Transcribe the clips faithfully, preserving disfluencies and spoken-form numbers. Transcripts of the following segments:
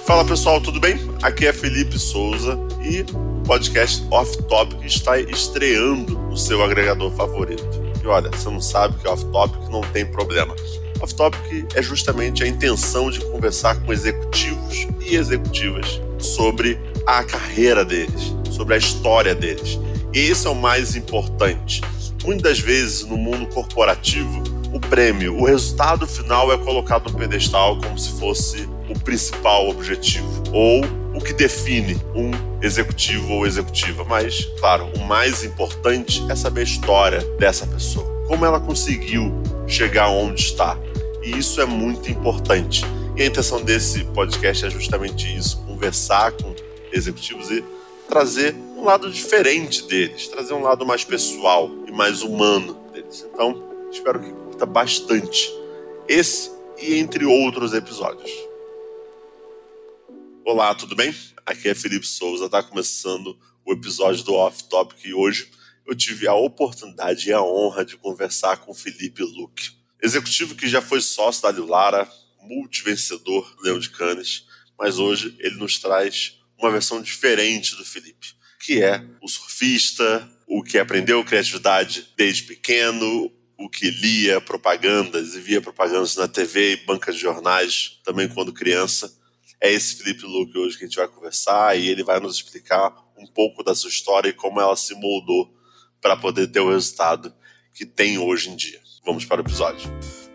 Fala pessoal, tudo bem? Aqui é Felipe Souza e o podcast Off Topic está estreando no seu agregador favorito. E olha, você não sabe que é Off Topic, não tem problema. Off Topic é justamente a intenção de conversar com executivos e executivas sobre a carreira deles, sobre a história deles. E esse é o mais importante. Muitas das vezes no mundo corporativo, o prêmio, o resultado final é colocado no pedestal como se fosse o principal objetivo, ou o que define um executivo ou executiva. Mas, claro, o mais importante é saber a história dessa pessoa, como ela conseguiu chegar onde está. E isso é muito importante. E a intenção desse podcast é justamente isso, conversar com executivos e trazer um lado diferente deles, trazer um lado mais pessoal e mais humano deles. Então, espero que curta bastante esse e entre outros episódios. Olá, tudo bem? Aqui é Felipe Souza, está começando o episódio do Off Topic e hoje eu tive a oportunidade e a honra de conversar com o Felipe Luque, executivo que já foi sócio da Lilara, multivencedor do Leão de Cannes, mas hoje ele nos traz uma versão diferente do Felipe, que é o surfista, o que aprendeu criatividade desde pequeno, o que lia propagandas e via propagandas na T V e bancas de jornais também quando criança. É esse Felipe Luque hoje que a gente vai conversar e ele vai nos explicar um pouco da sua história e como ela se moldou para poder ter o resultado que tem hoje em dia. Vamos para o episódio.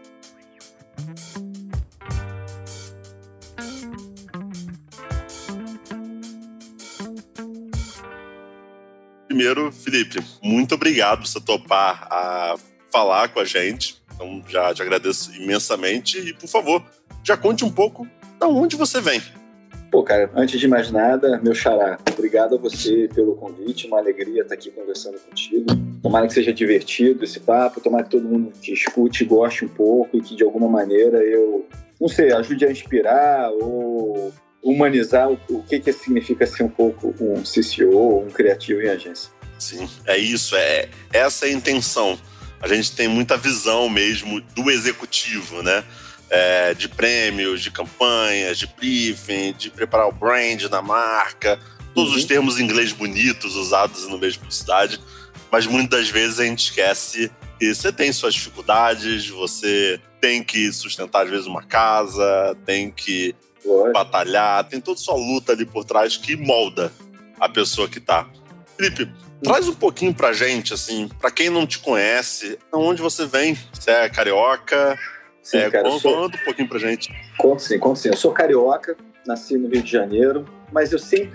Primeiro, Felipe, muito obrigado por você topar a falar com a gente. Então já te agradeço imensamente e, por favor, já conte um pouco de onde você vem. Pô, cara, antes de mais nada, meu xará, obrigado a você pelo convite, uma alegria estar aqui conversando contigo. Tomara que seja divertido esse papo, tomara que todo mundo te escute, goste um pouco e que de alguma maneira eu, não sei, ajude a inspirar ou humanizar o, o que, que significa ser um pouco um C C O, um criativo em agência. Sim, é isso, é, essa é a intenção. A gente tem muita visão mesmo do executivo, né? É, de prêmios, de campanhas, de briefing, de preparar o brand da marca, todos uhum. os termos em inglês bonitos usados no meio de publicidade, mas muitas vezes a gente esquece que você tem suas dificuldades, você tem que sustentar às vezes uma casa, tem que Oi. batalhar, tem toda sua luta ali por trás que molda a pessoa que tá. Felipe, uhum. traz um pouquinho pra gente, assim, pra quem não te conhece, de onde você vem? Você é carioca? Sim, é, cara, conta, sou... conta um pouquinho pra gente. Conto sim, conto sim. Eu sou carioca, nasci no Rio de Janeiro, mas eu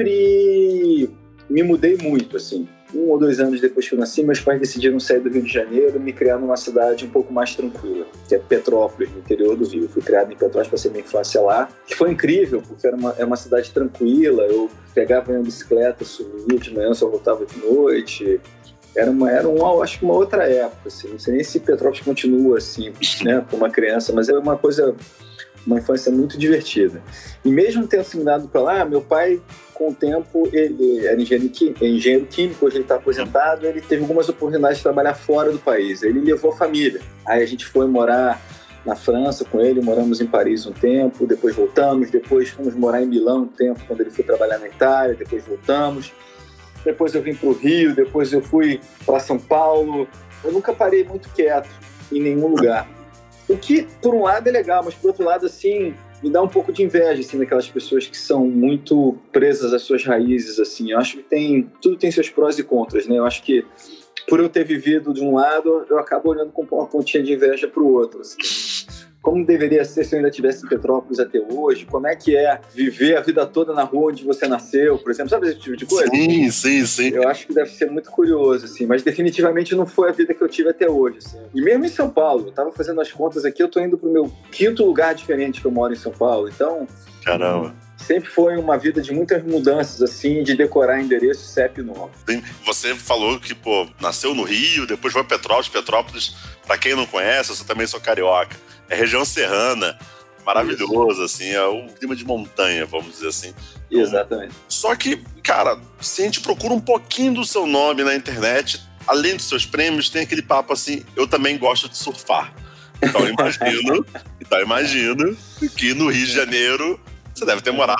sempre me mudei muito, assim. Um ou dois anos depois que eu nasci, meus pais decidiram sair do Rio de Janeiro e me criar numa cidade um pouco mais tranquila, que é Petrópolis, no interior do Rio. Eu fui criado em Petrópolis, passei minha infância lá, que foi incrível, porque era uma, é uma cidade tranquila. Eu pegava minha bicicleta, subia de manhã, só voltava de noite. Era, uma, era uma, acho que uma outra época, assim. Não sei nem se Petrópolis continua assim, né, para uma criança, mas era uma coisa, uma infância muito divertida. E mesmo tendo se mudado para lá, meu pai, com o tempo, ele era engenheiro, engenheiro químico, hoje ele está aposentado, ele teve algumas oportunidades de trabalhar fora do país. Ele levou a família. Aí a gente foi morar na França com ele, moramos em Paris um tempo, depois voltamos, depois fomos morar em Milão um tempo, quando ele foi trabalhar na Itália, depois voltamos. Depois eu vim para o Rio, depois eu fui para São Paulo. Eu nunca parei muito quieto em nenhum lugar. O que, por um lado, é legal, mas por outro lado, assim, me dá um pouco de inveja, assim, daquelas pessoas que são muito presas às suas raízes, assim. Eu acho que tem, tudo tem seus prós e contras, né? Eu acho que, por eu ter vivido de um lado, eu acabo olhando com uma pontinha de inveja para o outro, assim. Como deveria ser se eu ainda estivesse em Petrópolis até hoje? Como é que é viver a vida toda na rua onde você nasceu, por exemplo? Sabe esse tipo de coisa? Sim, sim, sim. Eu acho que deve ser muito curioso, assim, mas definitivamente não foi a vida que eu tive até hoje, assim. E mesmo em São Paulo, eu estava fazendo as contas aqui, eu estou indo para o meu quinto lugar diferente que eu moro em São Paulo, então... Caramba. Sempre foi uma vida de muitas mudanças, assim, de decorar endereço C E P novo. Você falou que, pô, nasceu no Rio, depois foi para Petrópolis. Petrópolis, pra quem não conhece, eu também sou carioca. É região serrana, maravilhoso, assim, é um clima de montanha, vamos dizer assim. Exatamente. Só que, cara, se a gente procura um pouquinho do seu nome na internet, além dos seus prêmios, tem aquele papo assim, eu também gosto de surfar. Então imagino, então imagino que no Rio de Janeiro você deve ter morado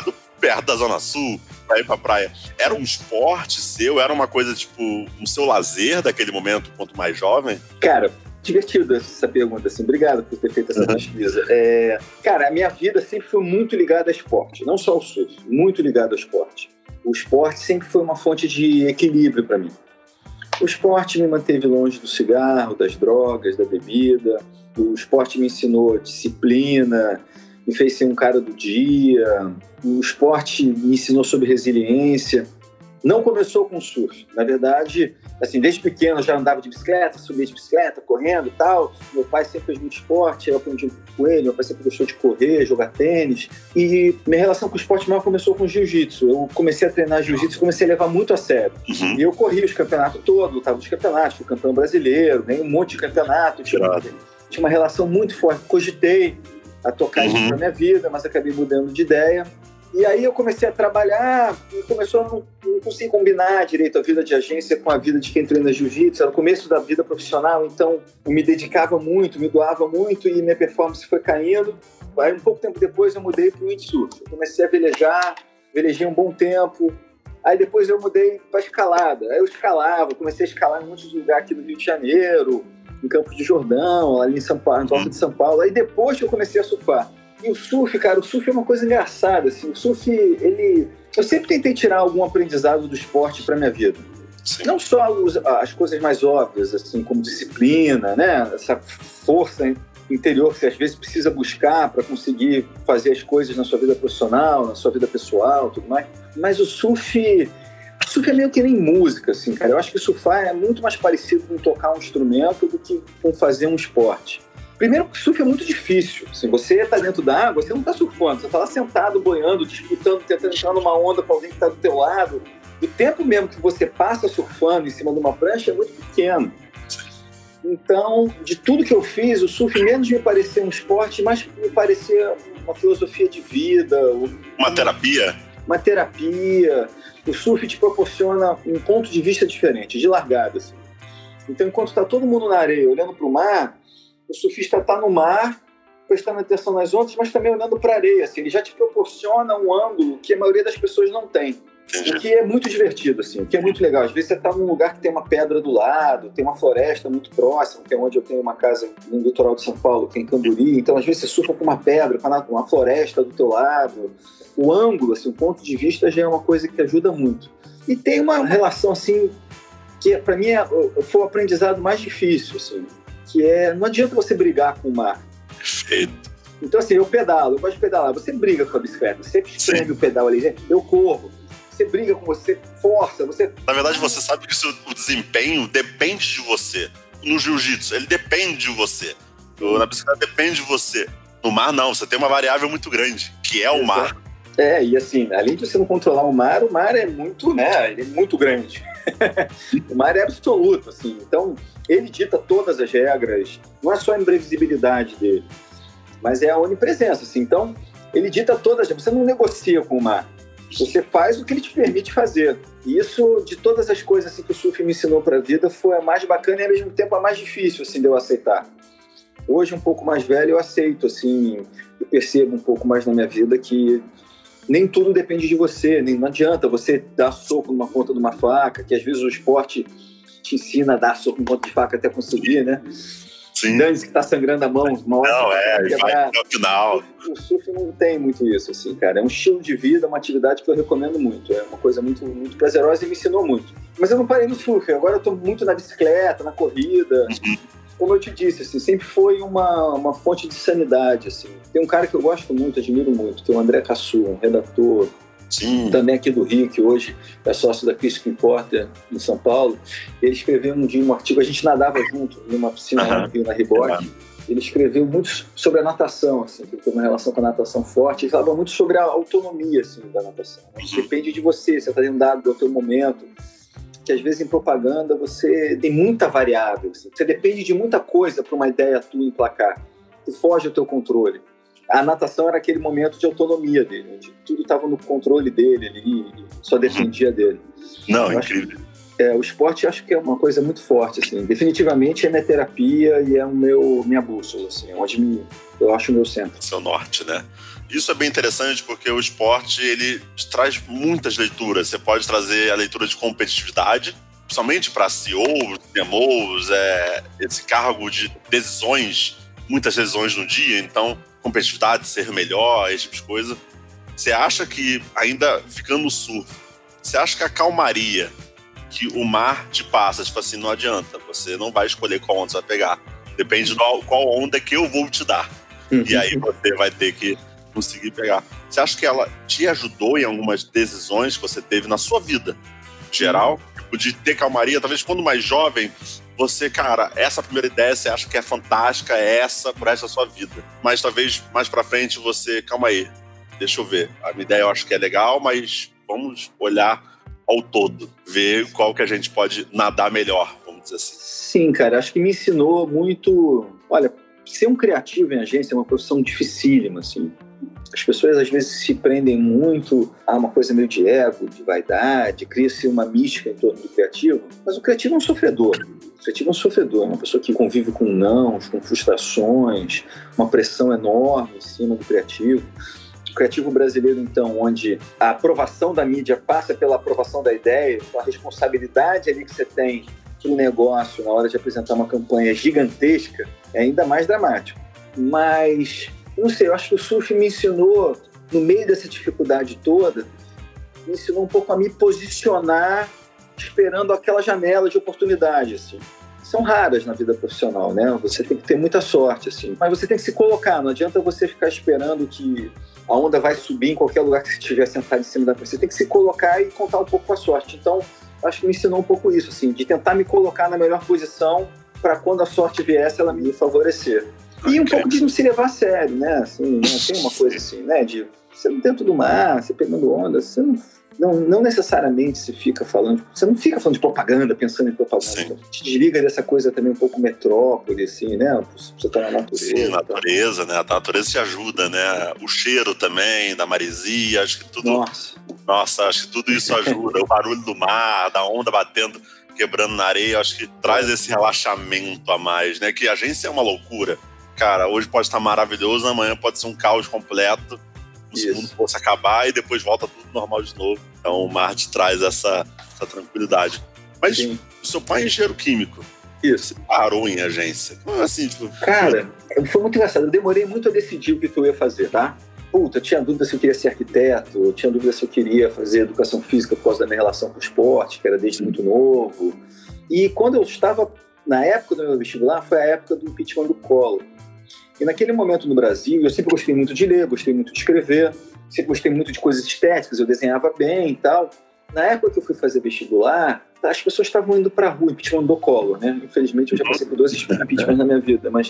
perto da Zona Sul pra ir pra praia. Era um esporte seu? Era uma coisa, tipo, um seu lazer daquele momento, quanto mais jovem? Cara, divertido essa pergunta, assim. Obrigado por ter feito essa uhum. pesquisa. É, cara, a minha vida sempre foi muito ligada a esporte. Não só ao surf, muito ligado ao esporte. O esporte sempre foi uma fonte de equilíbrio para mim. O esporte me manteve longe do cigarro, das drogas, da bebida. O esporte me ensinou disciplina, me fez ser um cara do dia. O esporte me ensinou sobre resiliência. Não começou com surf. Na verdade, assim, desde pequeno eu já andava de bicicleta, subia de bicicleta, correndo e tal. Meu pai sempre fez muito esporte, eu aprendi um pouco com ele. Meu pai sempre gostou de correr, jogar tênis. E minha relação com o esporte maior começou com jiu-jitsu. Eu comecei a treinar jiu-jitsu e comecei a levar muito a sério. Uhum. E eu corri os campeonatos todos, lutava nos campeonatos, fui campeão brasileiro, ganhei um monte de campeonato. Tinha, tinha uma relação muito forte. Cogitei a tocar uhum. isso na minha vida, mas acabei mudando de ideia. E aí eu comecei a trabalhar e começou a não, não conseguir combinar direito a vida de agência com a vida de quem treina jiu-jitsu. Era o começo da vida profissional, então eu me dedicava muito, me doava muito e minha performance foi caindo. Aí um pouco tempo depois eu mudei para o windsurf. Eu comecei a velejar, velejei um bom tempo. Aí depois eu mudei para escalada. Aí eu escalava, comecei a escalar em um monte de lugar aqui no Rio de Janeiro, em Campos de Jordão, ali em São Paulo, em volta de São Paulo. Aí depois que eu comecei a surfar. E o surf, cara, o surf é uma coisa engraçada, assim. O surf, ele... Eu sempre tentei tirar algum aprendizado do esporte pra minha vida. Sim. Não só os, as coisas mais óbvias, assim, como disciplina, né? Essa força interior que você às vezes precisa buscar para conseguir fazer as coisas na sua vida profissional, na sua vida pessoal, tudo mais. Mas o surf... O surf é meio que nem música, assim, cara. Eu acho que surfar é muito mais parecido com tocar um instrumento do que com fazer um esporte. Primeiro, porque surf é muito difícil. Assim, você está dentro da água, você não está surfando. Você está lá sentado, boiando, disputando, tentando entrar numa onda com alguém que está do teu lado. O tempo mesmo que você passa surfando em cima de uma prancha é muito pequeno. Então, de tudo que eu fiz, o surf menos me parecia um esporte, mais me parecia uma filosofia de vida. Uma terapia? Uma terapia. O surf te proporciona um ponto de vista diferente, de largada. Assim. Então, enquanto está todo mundo na areia, olhando para o mar, o surfista está no mar, prestando atenção nas ondas, mas também olhando para a areia. Assim, ele já te proporciona um ângulo que a maioria das pessoas não tem. O que é muito divertido, assim, o que é muito legal. Às vezes você está num lugar que tem uma pedra do lado, tem uma floresta muito próxima, que é onde eu tenho uma casa no litoral de São Paulo, que é em Camburi. Então, às vezes você surfa com uma pedra, com uma floresta do teu lado. O ângulo, assim, o ponto de vista já é uma coisa que ajuda muito. E tem uma relação, assim, que para mim é, foi o aprendizado mais difícil, assim, que é, não adianta você brigar com o mar. Perfeito. Então, assim, eu pedalo, eu gosto de pedalar. Você briga com a bicicleta, você espreme o pedal ali, né? Eu corro. Você briga com você, força, você... Na verdade, você sabe que o seu desempenho depende de você. No jiu-jitsu, ele depende de você. Na bicicleta, depende de você. No mar, não. Você tem uma variável muito grande, que é o mar. É, e assim, além de você não controlar o mar, o mar é muito, né, ele é muito grande. O mar é absoluto, assim. Então, ele dita todas as regras. Não é só a imprevisibilidade dele, mas é a onipresença, assim. Então, ele dita todas as regras. Você não negocia com o mar. Você faz o que ele te permite fazer. E isso, de todas as coisas assim, que o surf me ensinou para a vida, foi a mais bacana e, ao mesmo tempo, a mais difícil assim, de eu aceitar. Hoje, um pouco mais velho, eu aceito. Assim, eu percebo um pouco mais na minha vida que nem tudo depende de você. Nem, não adianta você dar soco numa ponta de uma faca, que às vezes o esporte te ensina a dar soco numa ponta de faca até conseguir, né? Sim. Dane que tá sangrando a mão, uma hora não, é, vai até o final. O, o surf não tem muito isso, assim, cara. É um estilo de vida, uma atividade que eu recomendo muito. É uma coisa muito, muito prazerosa e me ensinou muito. Mas eu não parei no surf, agora eu tô muito na bicicleta, na corrida. Uhum. Como eu te disse, assim, sempre foi uma, uma fonte de sanidade, assim. Tem um cara que eu gosto muito, admiro muito, que é o André Cassu, um redator, Sim. também aqui do Rio, que hoje é sócio da Crispin Porter, em São Paulo. Ele escreveu um dia um artigo, a gente nadava junto numa piscina uhum. lá no Rio, na Riboc. Uhum. Ele escreveu muito sobre a natação, assim, que tem uma relação com a natação forte. Ele falava muito sobre a autonomia, assim, da natação. Uhum. Depende de você, você está dentro do teu momento. Que às vezes em propaganda você tem muita variável. Assim. Você depende de muita coisa para uma ideia tua emplacar. Que foge ao teu controle. A natação era aquele momento de autonomia dele, onde tudo estava no controle dele, ele só dependia dele. Não, eu incrível. Acho, É, o esporte acho que é uma coisa muito forte, assim. Definitivamente é minha terapia e é o meu, minha bússola, assim, onde me, eu acho o meu centro. Seu norte, né? Isso é bem interessante porque o esporte, ele traz muitas leituras. Você pode trazer a leitura de competitividade, principalmente para C E Os, C M Os, é, esse cargo de decisões, muitas decisões no dia, então competitividade, ser melhor, esse tipo de coisa. Você acha que, ainda ficando no surf, você acha que a calmaria que o mar te passa, tipo assim, não adianta, você não vai escolher qual onda você vai pegar, depende de qual onda que eu vou te dar, uhum. E aí você vai ter que conseguir pegar. Você acha que ela te ajudou em algumas decisões que você teve na sua vida geral, tipo, de ter calmaria, talvez quando mais jovem, você, cara, essa primeira ideia você acha que é fantástica, é essa por essa sua vida, mas talvez mais pra frente você, calma aí, deixa eu ver, a minha ideia eu acho que é legal, mas vamos olhar ao todo, ver qual que a gente pode nadar melhor, vamos dizer assim. Sim, cara, acho que me ensinou muito... Olha, ser um criativo em agência é uma profissão dificílima, assim. As pessoas às vezes se prendem muito a uma coisa meio de ego, de vaidade, cria-se uma mística em torno do criativo, mas o criativo é um sofredor. O criativo é um sofredor, é uma pessoa que convive com nãos, com frustrações, uma pressão enorme em cima do criativo. O criativo brasileiro, então, onde a aprovação da mídia passa pela aprovação da ideia, então a responsabilidade ali que você tem no negócio na hora de apresentar uma campanha gigantesca é ainda mais dramático. Mas, não sei, eu acho que o surf me ensinou, no meio dessa dificuldade toda, me ensinou um pouco a me posicionar esperando aquela janela de oportunidade, assim. São raras na vida profissional, né? Você tem que ter muita sorte, assim. Mas você tem que se colocar, não adianta você ficar esperando que a onda vai subir em qualquer lugar que você estiver sentado em cima da prancha. Você tem que se colocar e contar um pouco com a sorte. Então, acho que me ensinou um pouco isso, assim, de tentar me colocar na melhor posição para quando a sorte viesse, ela me favorecer. E um pouco de não se levar a sério, né? Assim, né? Tem uma coisa assim, né? De você dentro do mar, você pegando onda, você não, não, não necessariamente se fica falando, você não fica falando de propaganda, pensando em propaganda. Sim. Te desliga dessa coisa também um pouco metrópole, assim, né? Você tá na natureza. Sim, natureza, tá? Né? A natureza te ajuda, né? O cheiro também, da maresia, acho que tudo... Nossa. Nossa, acho que tudo isso ajuda. O barulho do mar, da onda batendo, quebrando na areia, acho que traz esse relaxamento a mais, né? Que a agência é uma loucura. Cara, hoje pode estar maravilhoso, amanhã pode ser um caos completo, o segundo fosse acabar e depois volta tudo normal de novo. Então o mar te traz essa, essa tranquilidade. Mas Sim. o seu pai é engenheiro químico. Isso. Você parou em agência. Como assim? Tipo... Cara, foi muito engraçado. Eu demorei muito a decidir o que eu ia fazer, tá? Puta, eu tinha dúvida se eu queria ser arquiteto, eu tinha dúvida se eu queria fazer educação física por causa da minha relação com o esporte, que era desde muito novo. E quando eu estava, na época do meu vestibular, foi a época do impeachment do Collor. E naquele momento no Brasil, eu sempre gostei muito de ler, gostei muito de escrever, sempre gostei muito de coisas estéticas, eu desenhava bem e tal. Na época que eu fui fazer vestibular, as pessoas estavam indo pra rua, impeachment do Collor, né? Infelizmente eu já passei por dois impeachments na minha vida, mas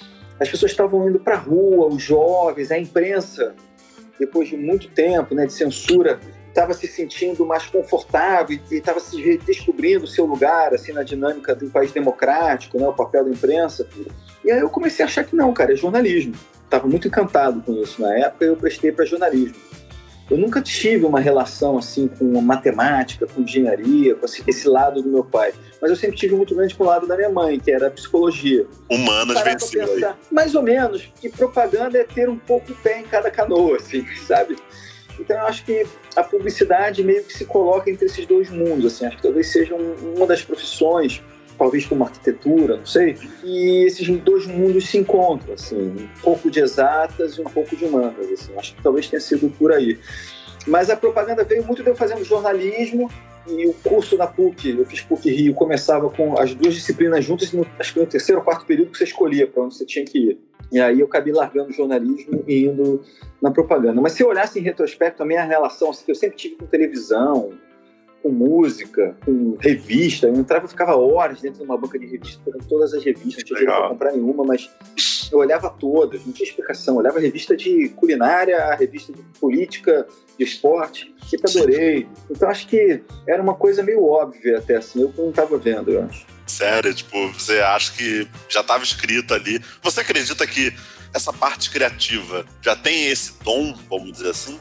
as pessoas estavam indo pra rua, os jovens, a imprensa, depois de muito tempo, né, de censura, estava se sentindo mais confortável e estava se descobrindo o seu lugar, assim, na dinâmica do país democrático, né, o papel da imprensa. E aí eu comecei a achar que não, cara, é jornalismo. Estava muito encantado com isso na época e eu prestei para jornalismo. Eu nunca tive uma relação assim com matemática, com engenharia, com esse lado do meu pai. Mas eu sempre tive muito grande com o lado da minha mãe, que era a psicologia. Humanas venceu aí. Mais ou menos, que propaganda é ter um pouco o pé em cada canoa, assim, sabe? Então eu acho que a publicidade meio que se coloca entre esses dois mundos, assim. Acho que talvez seja um, uma das profissões, talvez como arquitetura, não sei, e esses dois mundos se encontram, assim, um pouco de exatas e um pouco de humanas, assim. Acho que talvez tenha sido por aí. Mas a propaganda veio muito de eu fazendo jornalismo, e o curso na P U C, eu fiz P U C Rio, começava com as duas disciplinas juntas, no, acho que no terceiro ou quarto período que você escolhia para onde você tinha que ir. E aí eu acabei largando o jornalismo e indo na propaganda. Mas se eu olhasse em retrospecto, a minha relação, assim, que eu sempre tive com televisão, com música, com revista, eu entrava e ficava horas dentro de uma banca de revista, pegando todas as revistas, não tinha dinheiro para comprar nenhuma, mas eu olhava todas, não tinha explicação, eu olhava a revista de culinária, a revista de política, de esporte, que eu adorei. Então acho que era uma coisa meio óbvia até, assim, eu não estava vendo, eu acho. Sério, tipo, você acha que já estava escrito ali. Você acredita que essa parte criativa já tem esse dom, vamos dizer assim?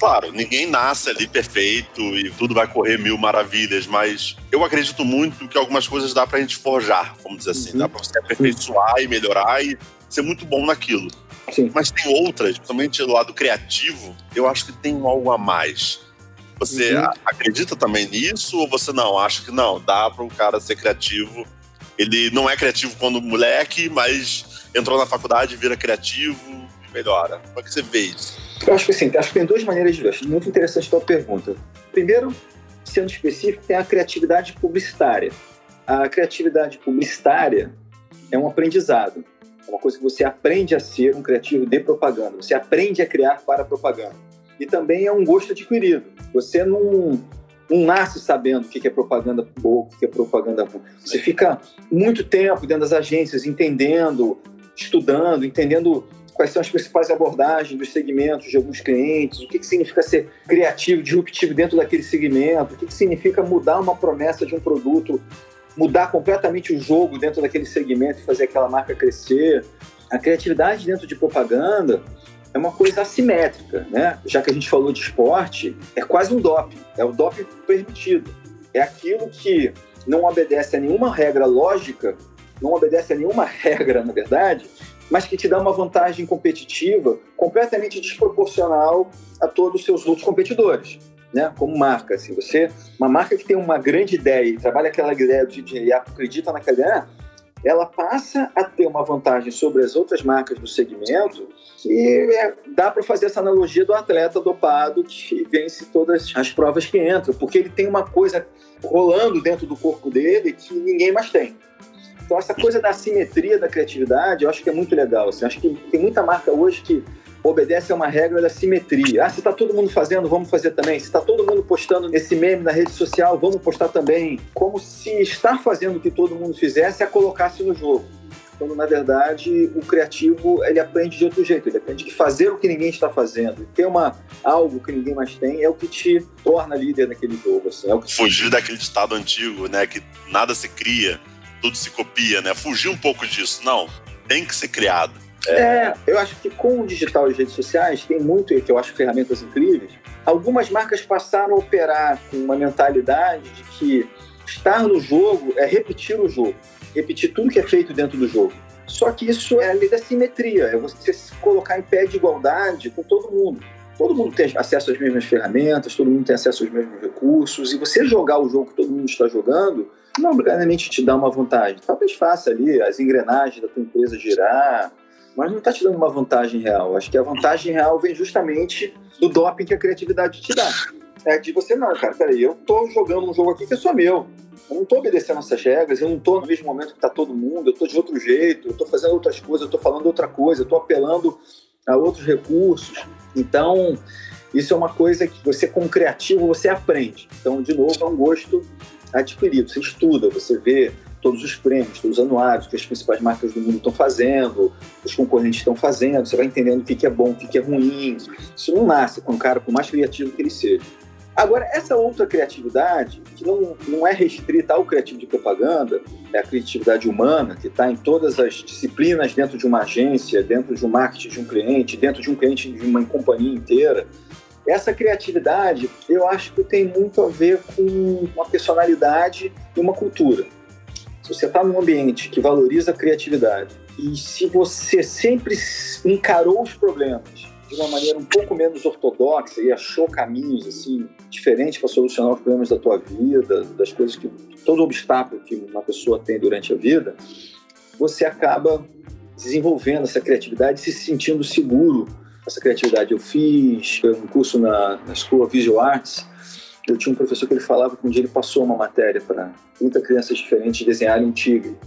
Claro, ninguém nasce ali perfeito e tudo vai correr mil maravilhas, mas eu acredito muito que algumas coisas dá pra gente forjar, vamos dizer assim. Uhum. Dá pra você aperfeiçoar e melhorar e ser muito bom naquilo. Sim. Mas tem outras, principalmente do lado criativo, eu acho que tem algo a mais. Você uhum. acredita também nisso ou você não? Acha que não, dá para um cara ser criativo. Ele não é criativo quando moleque, mas entrou na faculdade e vira criativo e melhora. Como é que você vê isso? Eu acho que assim, acho que tem duas maneiras de ver. Acho muito interessante a tua pergunta. Primeiro, sendo específico, tem a criatividade publicitária. A criatividade publicitária é um aprendizado. É uma coisa que você aprende a ser um criativo de propaganda. Você aprende a criar para a propaganda. E também é um gosto adquirido. Você não, não nasce sabendo o que é propaganda boa, o que é propaganda ruim. Você fica muito tempo dentro das agências entendendo, estudando, entendendo quais são as principais abordagens dos segmentos de alguns clientes, o que, que significa ser criativo, disruptivo dentro daquele segmento, o que, que significa mudar uma promessa de um produto, mudar completamente o jogo dentro daquele segmento e fazer aquela marca crescer. A criatividade dentro de propaganda é uma coisa assimétrica, né? Já que a gente falou de esporte, é quase um doping, é o doping permitido. É aquilo que não obedece a nenhuma regra lógica, não obedece a nenhuma regra, na verdade, mas que te dá uma vantagem competitiva completamente desproporcional a todos os seus outros competidores. Né, como marca, assim, você, uma marca que tem uma grande ideia e trabalha aquela ideia de, de, e acredita naquela ideia, ela passa a ter uma vantagem sobre as outras marcas do segmento que é, dá para fazer essa analogia do atleta dopado que vence todas as provas que entram, porque ele tem uma coisa rolando dentro do corpo dele que ninguém mais tem. Então essa coisa da assimetria da criatividade eu acho que é muito legal, assim, acho que tem muita marca hoje que obedece a uma regra da simetria. Ah, se está todo mundo fazendo, vamos fazer também. Se está todo mundo postando esse meme na rede social, vamos postar também. Como se estar fazendo o que todo mundo fizesse é colocar-se no jogo. Quando, na verdade, o criativo ele aprende de outro jeito. Ele aprende que fazer o que ninguém está fazendo, ter uma, algo que ninguém mais tem, é o que te torna líder naquele jogo. Assim, é o que te... Fugir daquele estado antigo, né? Que nada se cria, tudo se copia, né? Fugir um pouco disso. Não, tem que ser criado. É, eu acho que com o digital e as redes sociais tem muito, que eu acho ferramentas incríveis. Algumas marcas passaram a operar com uma mentalidade de que estar no jogo é repetir o jogo, repetir tudo que é feito dentro do jogo. Só que isso é a lei da simetria, é você se colocar em pé de igualdade com todo mundo. Todo mundo tem acesso às mesmas ferramentas, todo mundo tem acesso aos mesmos recursos, e você jogar o jogo que todo mundo está jogando não obrigadamente te dá uma vantagem. Talvez faça ali as engrenagens da tua empresa girar, mas não está te dando uma vantagem real. Acho que a vantagem real vem justamente do doping que a criatividade te dá. É de você, não, cara, peraí, eu tô jogando um jogo aqui que é só meu. Eu não tô obedecendo essas regras, eu não tô no mesmo momento que tá todo mundo, eu tô de outro jeito, eu tô fazendo outras coisas, eu tô falando outra coisa, eu tô apelando a outros recursos. Então, isso é uma coisa que você, como criativo, você aprende. Então, de novo, é um gosto adquirido. Você estuda, você vê todos os prêmios, todos os anuários, o que as principais marcas do mundo estão fazendo, os concorrentes estão fazendo, você vai entendendo o que é bom, o que é ruim. Isso não nasce com um cara, por mais criativo que ele seja. Agora, essa outra criatividade, que não, não é restrita ao criativo de propaganda, é a criatividade humana, que está em todas as disciplinas dentro de uma agência, dentro de um marketing de um cliente, dentro de um cliente de uma companhia inteira. Essa criatividade, eu acho que tem muito a ver com uma personalidade e uma cultura. Se você está num ambiente que valoriza a criatividade e se você sempre encarou os problemas de uma maneira um pouco menos ortodoxa e achou caminhos assim, diferentes para solucionar os problemas da tua vida, das coisas que... todo obstáculo que uma pessoa tem durante a vida, você acaba desenvolvendo essa criatividade e se sentindo seguro. Essa criatividade eu fiz um curso na, na School of Visual Arts. Eu tinha um professor que ele falava que um dia ele passou uma matéria para trinta crianças diferentes desenharem um tigre.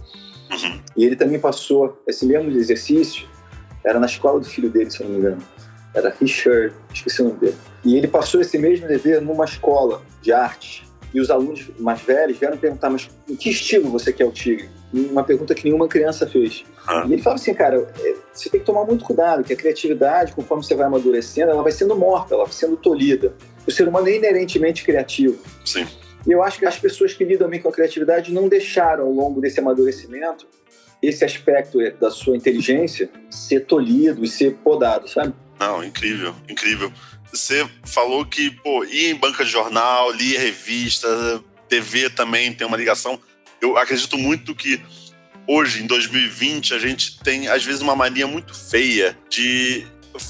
E ele também passou esse mesmo exercício, era na escola do filho dele, se eu não me engano. Era Richard, esqueci o nome dele. E ele passou esse mesmo dever numa escola de arte. E os alunos mais velhos vieram perguntar, mas em que estilo você quer o tigre? Uma pergunta que nenhuma criança fez. E ele falava assim, cara, você tem que tomar muito cuidado, que a criatividade, conforme você vai amadurecendo, ela vai sendo morta, ela vai sendo tolhida. O ser humano é inerentemente criativo. Sim. E eu acho que as pessoas que lidam bem com a criatividade não deixaram, ao longo desse amadurecimento, esse aspecto da sua inteligência ser tolhido e ser podado, sabe? Não, incrível, incrível. Você falou que, pô, ia em banca de jornal, lia revista, T V também tem uma ligação. Eu acredito muito que hoje, em dois mil e vinte, a gente tem, às vezes, uma mania muito feia de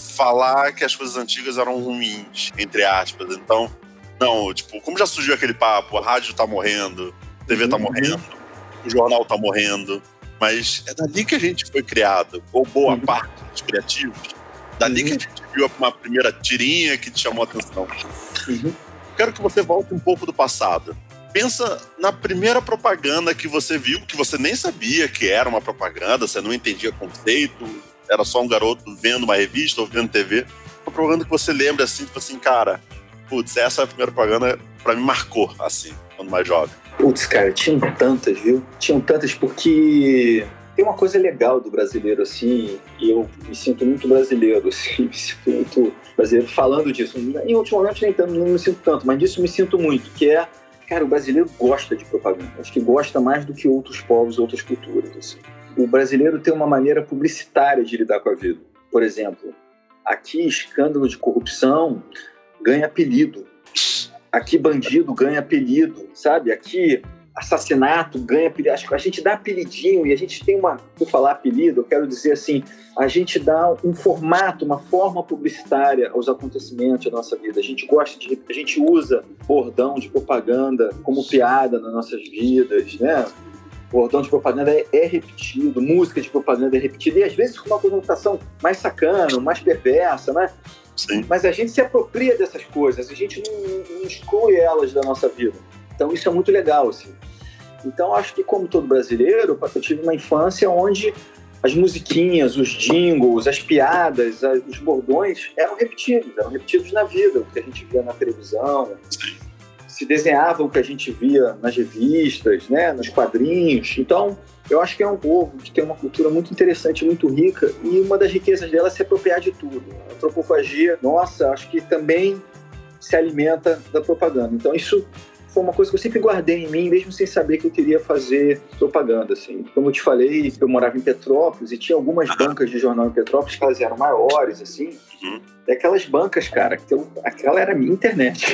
falar que as coisas antigas eram ruins, entre aspas. Então, não, tipo, como já surgiu aquele papo, a rádio tá morrendo, a T V tá morrendo, o jornal tá morrendo, mas é dali que a gente foi criado, ou boa uhum. parte dos criativos, dali uhum. que a gente viu uma primeira tirinha que te chamou a atenção. Uhum. Quero que você volte um pouco do passado. Pensa na primeira propaganda que você viu, que você nem sabia que era uma propaganda, você não entendia conceito, era só um garoto vendo uma revista ou vendo T V. Uma propaganda que você lembra assim, tipo assim, cara, putz, essa é a primeira propaganda, pra mim marcou, assim, quando mais jovem. Putz, cara, tinham tantas, viu? Tinham tantas porque tem uma coisa legal do brasileiro, assim, e eu me sinto muito brasileiro, assim, me sinto muito brasileiro falando disso. Em outros momentos nem tanto, não me sinto tanto, mas disso me sinto muito, que é, cara, o brasileiro gosta de propaganda. Acho que gosta mais do que outros povos, outras culturas, assim. O brasileiro tem uma maneira publicitária de lidar com a vida. Por exemplo, aqui escândalo de corrupção ganha apelido. Aqui bandido ganha apelido, sabe? Aqui assassinato ganha apelido. A gente dá apelidinho e a gente tem uma... Por falar apelido, eu quero dizer assim, a gente dá um formato, uma forma publicitária aos acontecimentos da nossa vida. A gente gosta de... A gente usa bordão de propaganda como piada nas nossas vidas, né? Bordão de propaganda é, é repetido, música de propaganda é repetida, e às vezes com uma conotação mais sacana, mais perversa, né? Sim. Mas a gente se apropria dessas coisas, a gente não, não exclui elas da nossa vida. Então isso é muito legal, assim. Então acho que, como todo brasileiro, eu tive uma infância onde as musiquinhas, os jingles, as piadas, os bordões eram repetidos, eram repetidos na vida, o que a gente via na televisão. Sim. Se desenhava o que a gente via nas revistas, né, nos quadrinhos. Então, eu acho que é um povo que tem uma cultura muito interessante, muito rica, e uma das riquezas dela é se apropriar de tudo. A antropofagia, nossa, acho que também se alimenta da propaganda. Então, isso foi uma coisa que eu sempre guardei em mim, mesmo sem saber que eu queria fazer propaganda, assim. Como eu te falei, eu morava em Petrópolis e tinha algumas bancas de jornal em Petrópolis que elas eram maiores, assim. Uhum. E aquelas bancas, cara, que eu, aquela era a minha internet.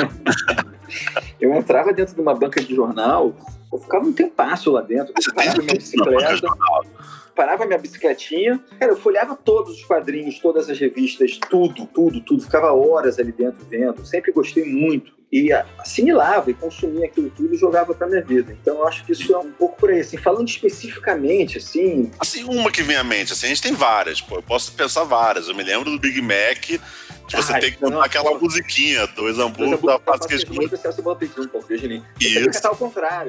Eu entrava dentro de uma banca de jornal, eu ficava um tempasso lá dentro, eu parava minha bicicleta, parava minha bicicletinha, cara, eu folhava todos os quadrinhos, todas as revistas, tudo, tudo, tudo, ficava horas ali dentro vendo, sempre gostei muito, e assimilava e consumia aquilo tudo e jogava pra minha vida. Então eu acho que isso é um pouco por aí, assim, falando especificamente, assim... Assim, uma que vem à mente, assim, a gente tem várias, pô, eu posso pensar várias, eu me lembro do Big Mac... De você Ai, ter que cantar aquela não. musiquinha do Exambu da Paz que muito especial, você bota isso um pouco, Virginia. Você tem que cantar ao contrário.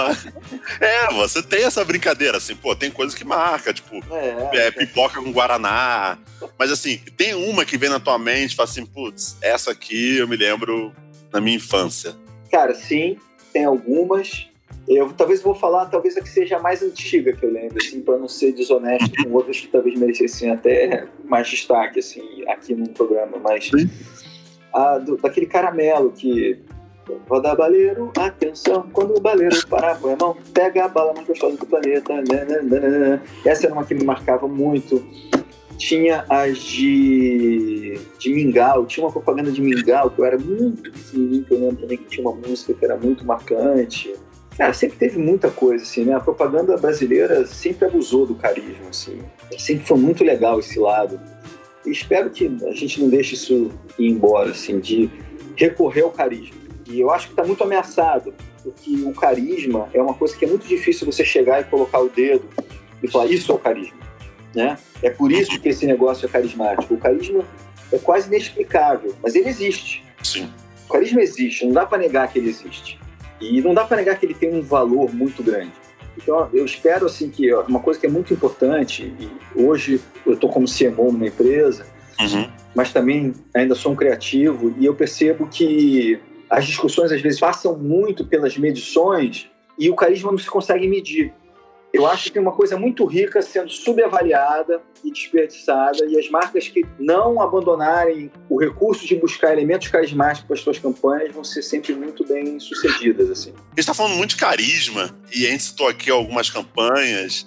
É, você tem essa brincadeira, assim, pô, tem coisa que marca, tipo, é, é, pipoca com Guaraná. Mas assim, tem uma que vem na tua mente e fala assim, putz, essa aqui eu me lembro na minha infância. Cara, sim, tem algumas. Eu talvez vou falar, talvez a que seja a mais antiga que eu lembro, assim, para não ser desonesto com outras que talvez merecessem até mais destaque, assim, aqui no programa, mas a do, daquele caramelo que roda baleiro, atenção, quando o baleiro parar, põe a mão, pega a bala mais gostosa do planeta, nananana. Essa era uma que me marcava muito. Tinha as de, de mingau, tinha uma propaganda de mingau que eu era muito pequenininho, que eu lembro também que tinha uma música que era muito marcante. Cara, sempre teve muita coisa, assim, né? A propaganda brasileira sempre abusou do carisma, assim. Sempre foi muito legal esse lado. E espero que a gente não deixe isso ir embora, assim, de recorrer ao carisma. E eu acho que está muito ameaçado, porque o carisma é uma coisa que é muito difícil você chegar e colocar o dedo e falar, isso é o carisma, né? É por isso que esse negócio é carismático. O carisma é quase inexplicável, mas ele existe. Sim. O carisma existe, não dá para negar que ele existe. E não dá para negar que ele tem um valor muito grande. Então, eu espero, assim, que uma coisa que é muito importante, e hoje eu estou como C M O numa empresa, uhum. mas também ainda sou um criativo, e eu percebo que as discussões, às vezes, passam muito pelas medições e o carisma não se consegue medir. Eu acho que tem uma coisa muito rica sendo subavaliada e desperdiçada, e as marcas que não abandonarem o recurso de buscar elementos carismáticos para as suas campanhas vão ser sempre muito bem sucedidas, assim. A gente está falando muito de carisma, e a gente citou aqui algumas campanhas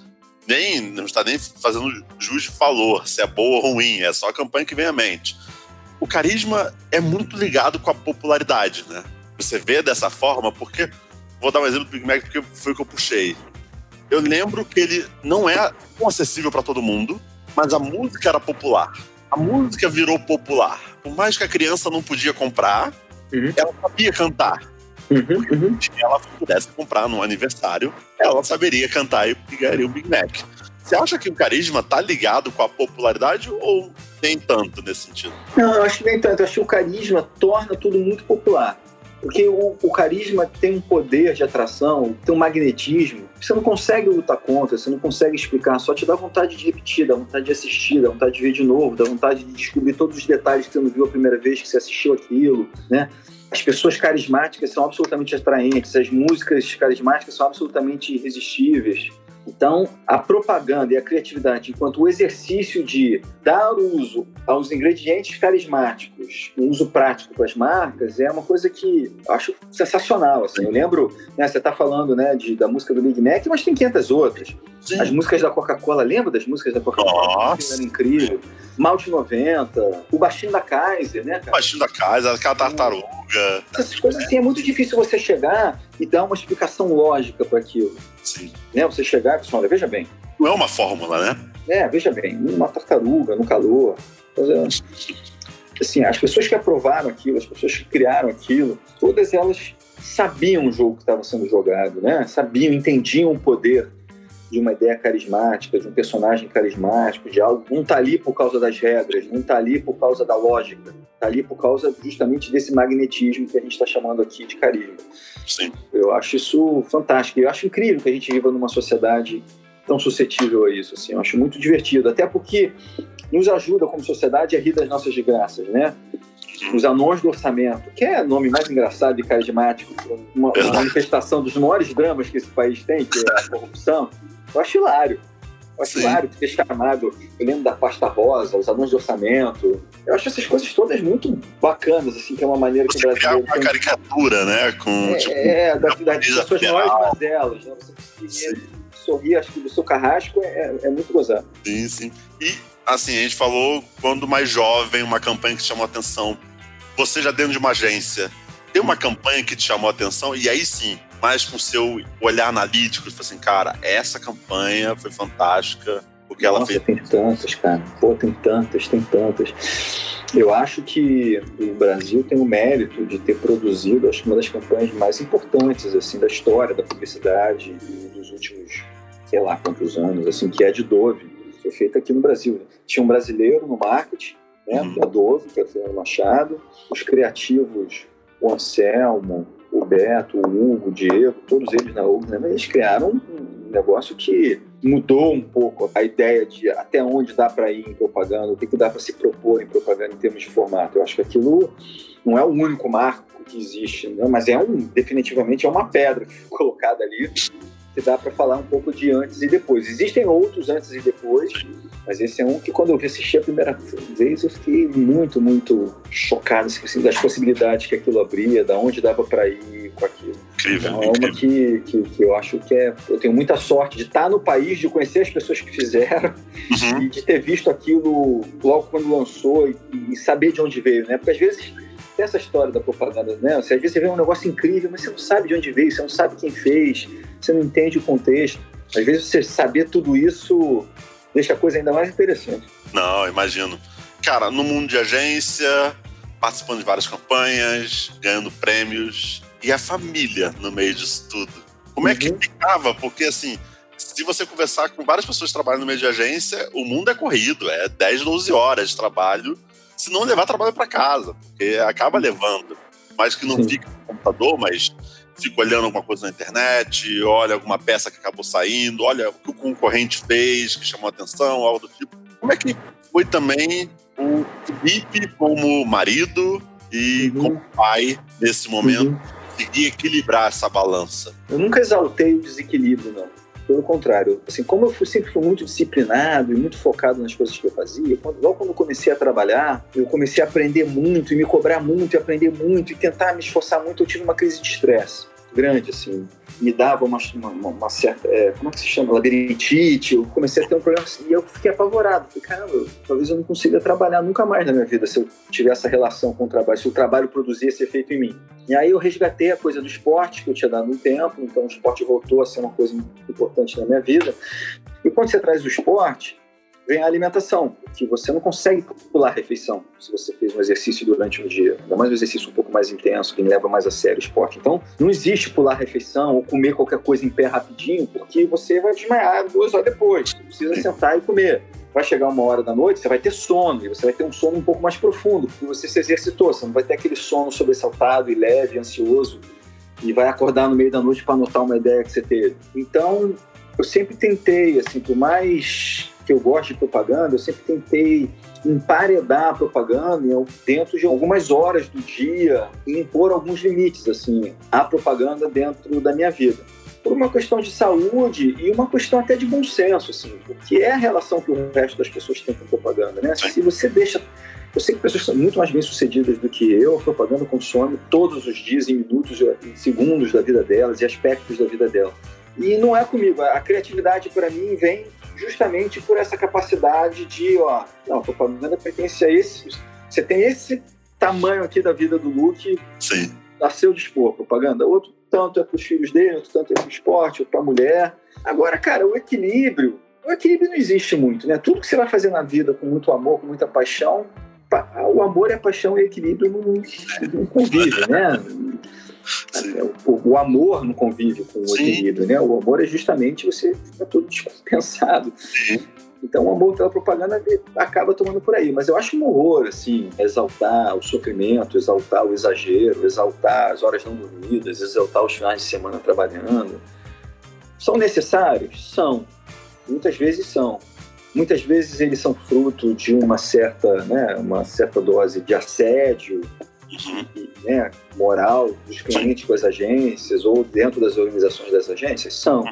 nem, não está nem fazendo jus de valor, se é boa ou ruim, é só a campanha que vem à mente. O carisma é muito ligado com a popularidade, né? Você vê dessa forma porque... Vou dar um exemplo do Big Mac porque foi o que eu puxei. Eu lembro que ele não é tão acessível para todo mundo, mas a música era popular. A música virou popular. Por mais que a criança não podia comprar, uhum. ela sabia cantar. Uhum, uhum. Se ela pudesse comprar no aniversário, ela saberia cantar e ganharia o Big Mac. Você acha que o carisma tá ligado com a popularidade ou nem tanto nesse sentido? Não, eu acho que nem tanto. Eu acho que o carisma torna tudo muito popular. Porque o, o carisma tem um poder de atração, tem um magnetismo, que você não consegue lutar contra, você não consegue explicar, só te dá vontade de repetir, dá vontade de assistir, dá vontade de ver de novo, dá vontade de descobrir todos os detalhes que você não viu a primeira vez que você assistiu aquilo, né? As pessoas carismáticas são absolutamente atraentes, as músicas carismáticas são absolutamente irresistíveis. Então, a propaganda e a criatividade, enquanto o exercício de dar uso aos ingredientes carismáticos, um uso prático para as marcas, é uma coisa que eu acho sensacional. Assim. Eu lembro, né, você está falando, né, de, da música do Big Mac, mas tem quinhentas outras. Sim. As músicas da Coca-Cola, lembra das músicas da Coca-Cola? Era incrível. Malte noventa, o baixinho da Kaiser, né, cara? O baixinho da Kaiser, aquela tartaruga. Essas coisas assim, é muito difícil você chegar e dar uma explicação lógica para aquilo. Sim. Né? Você chegar e falar, olha, veja bem. Não é uma fórmula, né? É, veja bem, uma tartaruga no calor. Assim, as pessoas que aprovaram aquilo, as pessoas que criaram aquilo, todas elas sabiam o jogo que estava sendo jogado, né? Sabiam, entendiam o poder de uma ideia carismática, de um personagem carismático, de algo. Não está ali por causa das regras, não está ali por causa da lógica, está ali por causa justamente desse magnetismo que a gente está chamando aqui de carisma. Sim. Eu acho isso fantástico. Eu acho incrível que a gente viva numa sociedade tão suscetível a isso. Assim. Eu acho muito divertido, até porque nos ajuda como sociedade a rir das nossas desgraças, né? Os anões do orçamento, que é o nome mais engraçado e carismático, uma, uma manifestação dos maiores dramas que esse país tem, que é a corrupção. Eu acho hilário. Eu acho Sim. hilário ter chamado, eu lembro da pasta rosa, os anões de orçamento. Eu acho essas coisas todas muito bacanas, assim, que é uma maneira que você o brasileiro... Você uma caricatura, né? Com, é, tipo, é, da, das suas maiores mazelas, né? Você conseguir sorrir, acho que do seu carrasco é, é muito gozado. Sim, sim. E, assim, a gente falou, quando mais jovem, uma campanha que chamou a atenção. Você já dentro de uma agência, tem uma campanha que te chamou a atenção, e aí sim, mais com o seu olhar analítico, você fala assim, cara, essa campanha foi fantástica, porque Nossa, ela fez... tem tantas, cara. Pô, tem tantas, tem tantas. Eu acho que o Brasil tem o mérito de ter produzido, acho que uma das campanhas mais importantes, assim, da história da publicidade dos últimos, sei lá quantos anos, assim, que é a de Dove. Foi feita aqui no Brasil. Tinha um brasileiro no marketing, né, uhum. da Dove, que é o Fernando Machado, os criativos, o Anselmo, o Beto, o Hugo, o Diego, todos eles na Hugo, né, eles criaram um negócio que mudou um pouco a ideia de até onde dá para ir em propaganda, o que, que dá para se propor em propaganda em termos de formato. Eu acho que aquilo não é o único marco que existe, né, mas é um, definitivamente é uma pedra colocada ali, que dá para falar um pouco de antes e depois. Existem outros antes e depois, mas esse é um que, quando eu assisti a primeira vez, eu fiquei muito, muito chocado assim, das possibilidades que aquilo abria, da onde dava para ir com aquilo. Incrível, então, é uma que, que, que eu acho que é... Eu tenho muita sorte de estar no país, de conhecer as pessoas que fizeram uhum. e de ter visto aquilo logo quando lançou e, e saber de onde veio, né? Porque às vezes tem essa história da propaganda, né? Às vezes você vê um negócio incrível, mas você não sabe de onde veio, você não sabe quem fez, você não entende o contexto. Às vezes você saber tudo isso deixa a coisa ainda mais interessante. Não, imagino. Cara, no mundo de agência, participando de várias campanhas, ganhando prêmios, e a família no meio disso tudo. Como uhum. é que ficava? Porque, assim, se você conversar com várias pessoas que trabalham no meio de agência, o mundo é corrido, é dez, doze horas de trabalho, se não levar trabalho para casa, porque acaba levando. Mas que não Sim. fica no computador, mas fica olhando alguma coisa na internet, olha alguma peça que acabou saindo, olha o que o concorrente fez, que chamou a atenção, algo do tipo. Como é que foi também o Felipe como marido e uhum. como pai nesse momento, uhum. conseguir equilibrar essa balança? Eu nunca exaltei o desequilíbrio, não. Pelo contrário, assim, como eu fui, sempre fui muito disciplinado e muito focado nas coisas que eu fazia, quando, logo quando eu comecei a trabalhar, eu comecei a aprender muito e me cobrar muito e aprender muito e tentar me esforçar muito, eu tive uma crise de estresse. grande, assim. Me dava uma, uma, uma certa, é, como é que se chama? Labirintite. Eu comecei a ter um problema assim, e eu fiquei apavorado. Falei, caramba, talvez eu não consiga trabalhar nunca mais na minha vida se eu tiver essa relação com o trabalho, se o trabalho produzir esse efeito em mim. E aí eu resgatei a coisa do esporte, que eu tinha dado um tempo, então o esporte voltou a ser uma coisa importante na minha vida. E quando você traz o esporte, vem a alimentação, que você não consegue pular a refeição se você fez um exercício durante um dia, ainda mais um exercício um pouco mais intenso, que leva mais a sério o esporte. Então, não existe pular a refeição ou comer qualquer coisa em pé rapidinho, porque você vai desmaiar duas horas depois. Você precisa sentar e comer. Vai chegar uma hora da noite, você vai ter sono, e você vai ter um sono um pouco mais profundo, porque você se exercitou, você não vai ter aquele sono sobressaltado e leve, ansioso, e vai acordar no meio da noite para anotar uma ideia que você teve. Então, eu sempre tentei, assim, por mais que eu gosto de propaganda, eu sempre tentei emparedar a propaganda dentro de algumas horas do dia e impor alguns limites, assim, à propaganda dentro da minha vida. Por uma questão de saúde e uma questão até de bom senso, assim, porque é a relação que o resto das pessoas tem com a propaganda, né? Se você deixa... Eu sei que pessoas são muito mais bem-sucedidas do que eu, a propaganda consome todos os dias, em minutos, em segundos da vida delas e aspectos da vida delas. E não é comigo. A criatividade, para mim, vem justamente por essa capacidade de, ó, não, a propaganda pertence a esse... Você tem esse tamanho aqui da vida do Luke. Sim. A seu dispor, propaganda. Outro tanto é para os filhos dele, outro tanto é para o esporte, outro para a mulher. Agora, cara, o equilíbrio... O equilíbrio não existe muito, né? Tudo que você vai fazer na vida com muito amor, com muita paixão, o amor e a paixão e o equilíbrio não, não convivem, né? O, o amor não convive com o Sim. equilíbrio, né? O amor é justamente você ficar todo descompensado. Sim. Então o amor pela propaganda acaba tomando por aí. Mas eu acho um horror, assim, exaltar o sofrimento, exaltar o exagero, exaltar as horas não dormidas, exaltar os finais de semana trabalhando. São necessários? São. Muitas vezes são. Muitas vezes eles são fruto de uma certa, né, uma certa dose de assédio, de, né, moral dos clientes com as agências ou dentro das organizações das agências. São.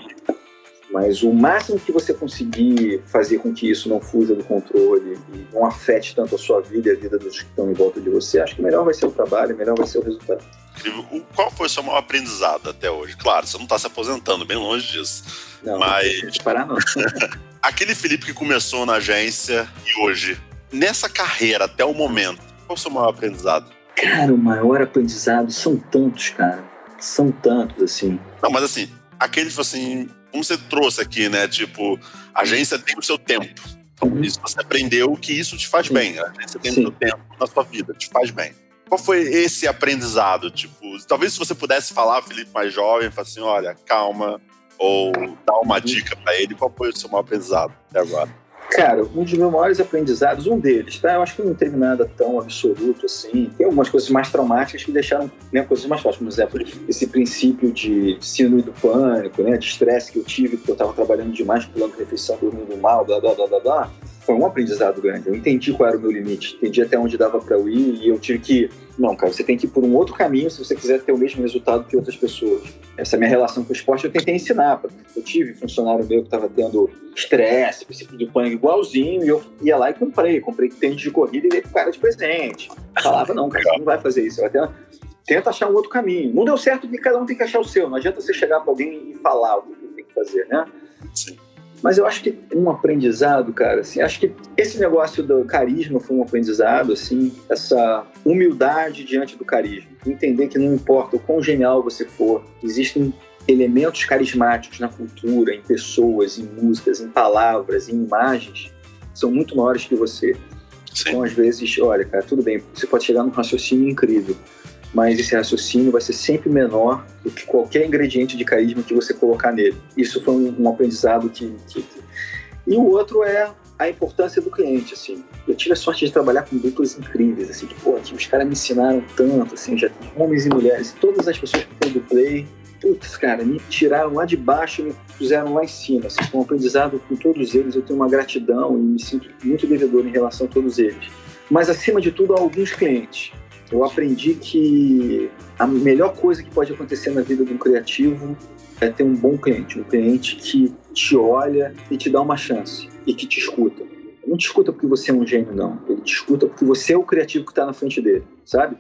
Mas o máximo que você conseguir fazer com que isso não fuja do controle e não afete tanto a sua vida e a vida dos que estão em volta de você, acho que melhor vai ser o trabalho, melhor vai ser o resultado. Qual foi o seu maior aprendizado até hoje? Claro, você não está se aposentando, bem longe disso. Não, mas... não parar não. Aquele Felipe que começou na agência e hoje, nessa carreira até o momento, qual é o seu maior aprendizado? Cara, o maior aprendizado são tantos, cara. São tantos, assim. Não, mas assim, aquele, assim... Como você trouxe aqui, né? Tipo, a agência tem o seu tempo. Então, uhum. isso você aprendeu que isso te faz Sim. bem. A agência tem Sim. o seu tempo na sua vida, te faz bem. Qual foi esse aprendizado? Tipo, talvez se você pudesse falar, Felipe mais jovem, falar assim, olha, calma, ou dar uma uhum. dica pra ele, qual foi o seu maior aprendizado até agora? Cara, um dos meus maiores aprendizados, um deles, tá? Eu acho que não teve nada tão absoluto assim. Tem algumas coisas mais traumáticas que deixaram, né, coisas mais fáceis. Por exemplo, esse princípio de síndrome do pânico, né, de estresse que eu tive, porque eu estava trabalhando demais, pulando refeição, dormindo mal, blá, blá, blá, blá, blá. Foi um aprendizado grande. Eu entendi qual era o meu limite, entendi até onde dava para eu ir e eu tive que... Não, cara, você tem que ir por um outro caminho se você quiser ter o mesmo resultado que outras pessoas. Essa minha relação com o esporte eu tentei ensinar. Eu tive funcionário meu que estava tendo estresse, princípio do pânico igualzinho, e eu ia lá e comprei. Comprei tênis de corrida e dei pro cara de presente. Falava, não, cara, você não vai fazer isso. Eu até... Tenta achar um outro caminho. Não deu certo porque cada um tem que achar o seu. Não adianta você chegar para alguém e falar o que tem que fazer, né? Sim. Mas eu acho que um aprendizado, cara, assim, acho que esse negócio do carisma foi um aprendizado, assim, essa humildade diante do carisma. Entender que não importa o quão genial você for, existem elementos carismáticos na cultura, em pessoas, em músicas, em palavras, em imagens, que são muito maiores que você. Sim. Então, às vezes, olha, cara, tudo bem, você pode chegar num raciocínio incrível, mas esse raciocínio vai ser sempre menor do que qualquer ingrediente de carisma que você colocar nele. Isso foi um, um aprendizado que, que, que... E o outro é a importância do cliente, assim. Eu tive a sorte de trabalhar com duplas incríveis, assim, que, pô, que os caras me ensinaram tanto, assim, já homens e mulheres. Todas as pessoas que eu dublei, putz, cara, me tiraram lá de baixo e me puseram lá em cima, assim, com um aprendizado com todos eles. Eu tenho uma gratidão e me sinto muito devedor em relação a todos eles. Mas, acima de tudo, a alguns clientes. Eu aprendi que a melhor coisa que pode acontecer na vida de um criativo é ter um bom cliente, um cliente que te olha e te dá uma chance e que te escuta. Não te escuta porque você é um gênio, não. Ele te escuta porque você é o criativo que está na frente dele, sabe?